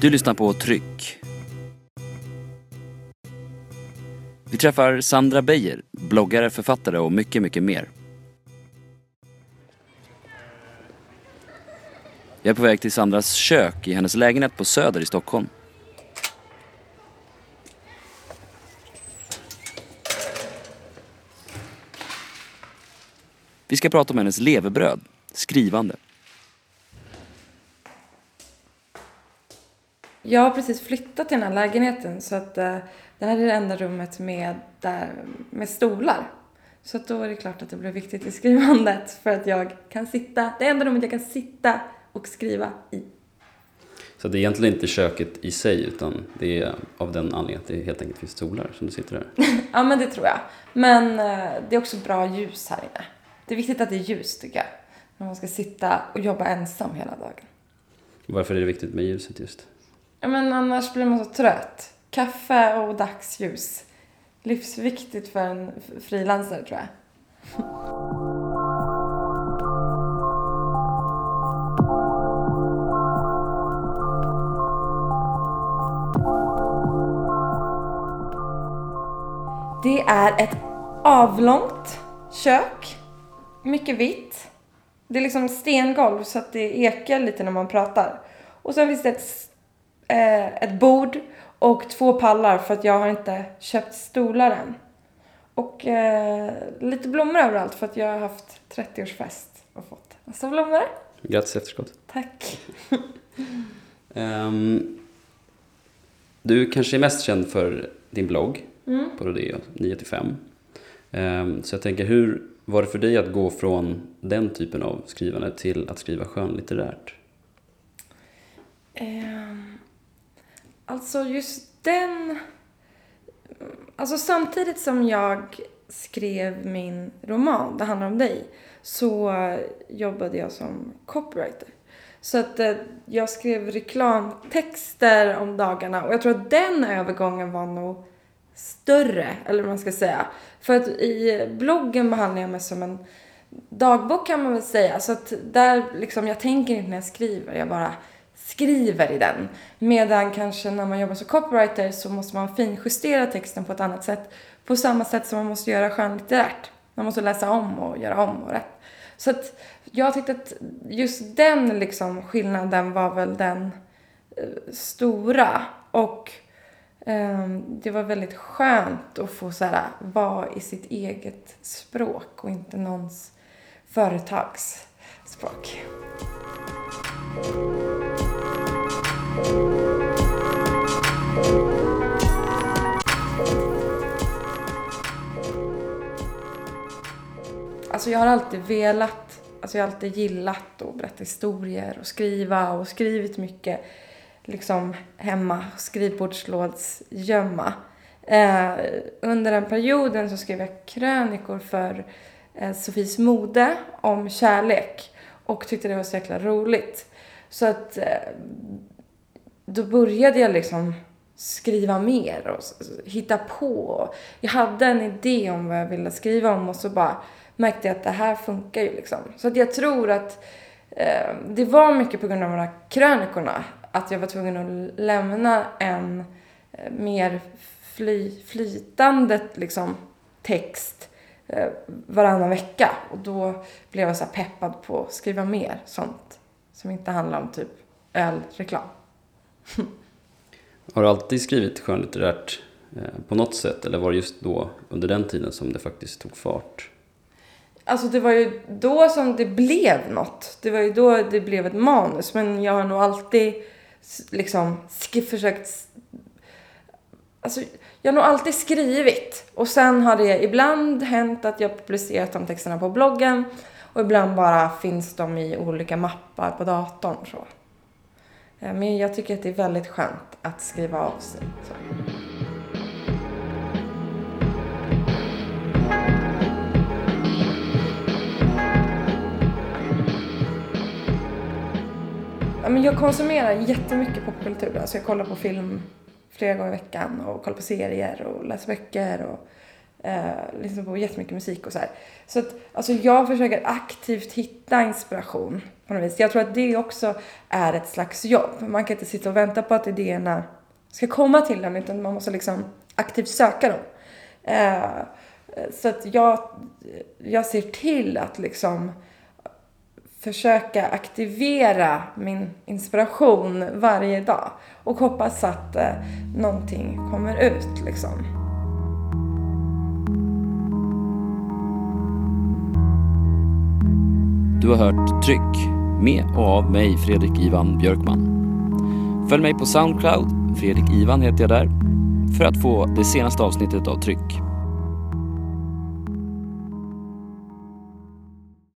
Du lyssnar på Tryck. Vi träffar Sandra Beijer, bloggare, författare och mycket, mycket mer. Jag är på väg till Sandras kök i hennes lägenhet på Söder i Stockholm. Vi ska prata om hennes levebröd, skrivande. Jag har precis flyttat till den här lägenheten så att det här är det enda rummet med stolar. Så att då är det klart att det blir viktigt i skrivandet för att jag kan sitta, det enda rummet jag kan sitta och skriva i. Så det är egentligen inte köket i sig utan det är av den anledningen att det helt enkelt finns stolar som du sitter där? Ja, men det tror jag. Men det är också bra ljus här inne. Det är viktigt att det är ljus tycker jag. När man ska sitta och jobba ensam hela dagen. Varför är det viktigt med ljuset just? Ja, men annars blir man så trött. Kaffe och dagsljus. Livsviktigt för en frilansare tror jag. Det är ett avlångt kök. Mycket vitt. Det är liksom stengolv så att det ekar lite när man pratar. Och sen finns det ett bord och 2 pallar för att jag har inte köpt stolar än. Och lite blommor överallt för att jag har haft 30-årsfest och fått massa blommor. Grattis efterskott. Tack. Du kanske är mest känd för din blogg på Rodeo 9-5. Så jag tänker, hur var det för dig att gå från den typen av skrivande till att skriva skönlitterärt? Alltså just den... Alltså samtidigt som jag skrev min roman, Det handlar om dig, så jobbade jag som copywriter. Så att jag skrev reklamtexter om dagarna. Och jag tror att den övergången var nog större, eller vad man ska säga. För att i bloggen behandlar jag mig som en dagbok kan man väl säga. Så att där liksom, jag tänker inte när jag skriver, jag bara skriver i den. Medan kanske när man jobbar som copywriter så måste man finjustera texten på ett annat sätt. På samma sätt som man måste göra skönlitterärt. Man måste läsa om och göra om och rätt. Så att jag tyckte att just den liksom skillnaden var väl den stora. Och det var väldigt skönt att få så här, vara i sitt eget språk och inte någons företags språk. Alltså jag har alltid velat, alltså jag har alltid gillat att berätta historier och skriva och skrivit mycket liksom hemma, skrivbordslådsgömma. Under den perioden så skrev jag krönikor för Sofies mode om kärlek och tyckte det var så jäkla roligt. Så att då började jag liksom skriva mer och hitta på. Jag hade en idé om vad jag ville skriva om och så bara märkte jag att det här funkar ju liksom. Så att jag tror att det var mycket på grund av de här krönikorna att jag var tvungen att lämna en mer flytande liksom, text varannan vecka. Och då blev jag så här peppad på att skriva mer sånt som inte handlar om typ ölreklam. Har du alltid skrivit skönlitterärt på något sätt? Eller var det just då, under den tiden, som det faktiskt tog fart? Alltså det var ju då som det blev något. Det var ju då det blev ett manus. Men jag har nog alltid liksom försökt... Alltså jag har nog alltid skrivit. Och sen har det ibland hänt att jag publicerat de texterna på bloggen. Och ibland bara finns de i olika mappar på datorn. Så. Men jag tycker att det är väldigt skönt att skriva av sig. Så. Men jag konsumerar jättemycket popkultur. Alltså jag kollar på film flera gånger i veckan och kollar på serier och läser böcker. Och, lyssnar på jättemycket musik och så här. Så att alltså jag försöker aktivt hitta inspiration på något vis. Jag tror att det också är ett slags jobb. Man kan inte sitta och vänta på att idéerna ska komma till en, utan man måste liksom aktivt söka dem. Så att jag ser till att liksom försöka aktivera min inspiration varje dag och hoppas att någonting kommer ut liksom. Du har hört Tryck med och av mig, Fredrik Ivan Björkman. Följ mig på Soundcloud, Fredrik Ivan heter jag där, för att få det senaste avsnittet av Tryck.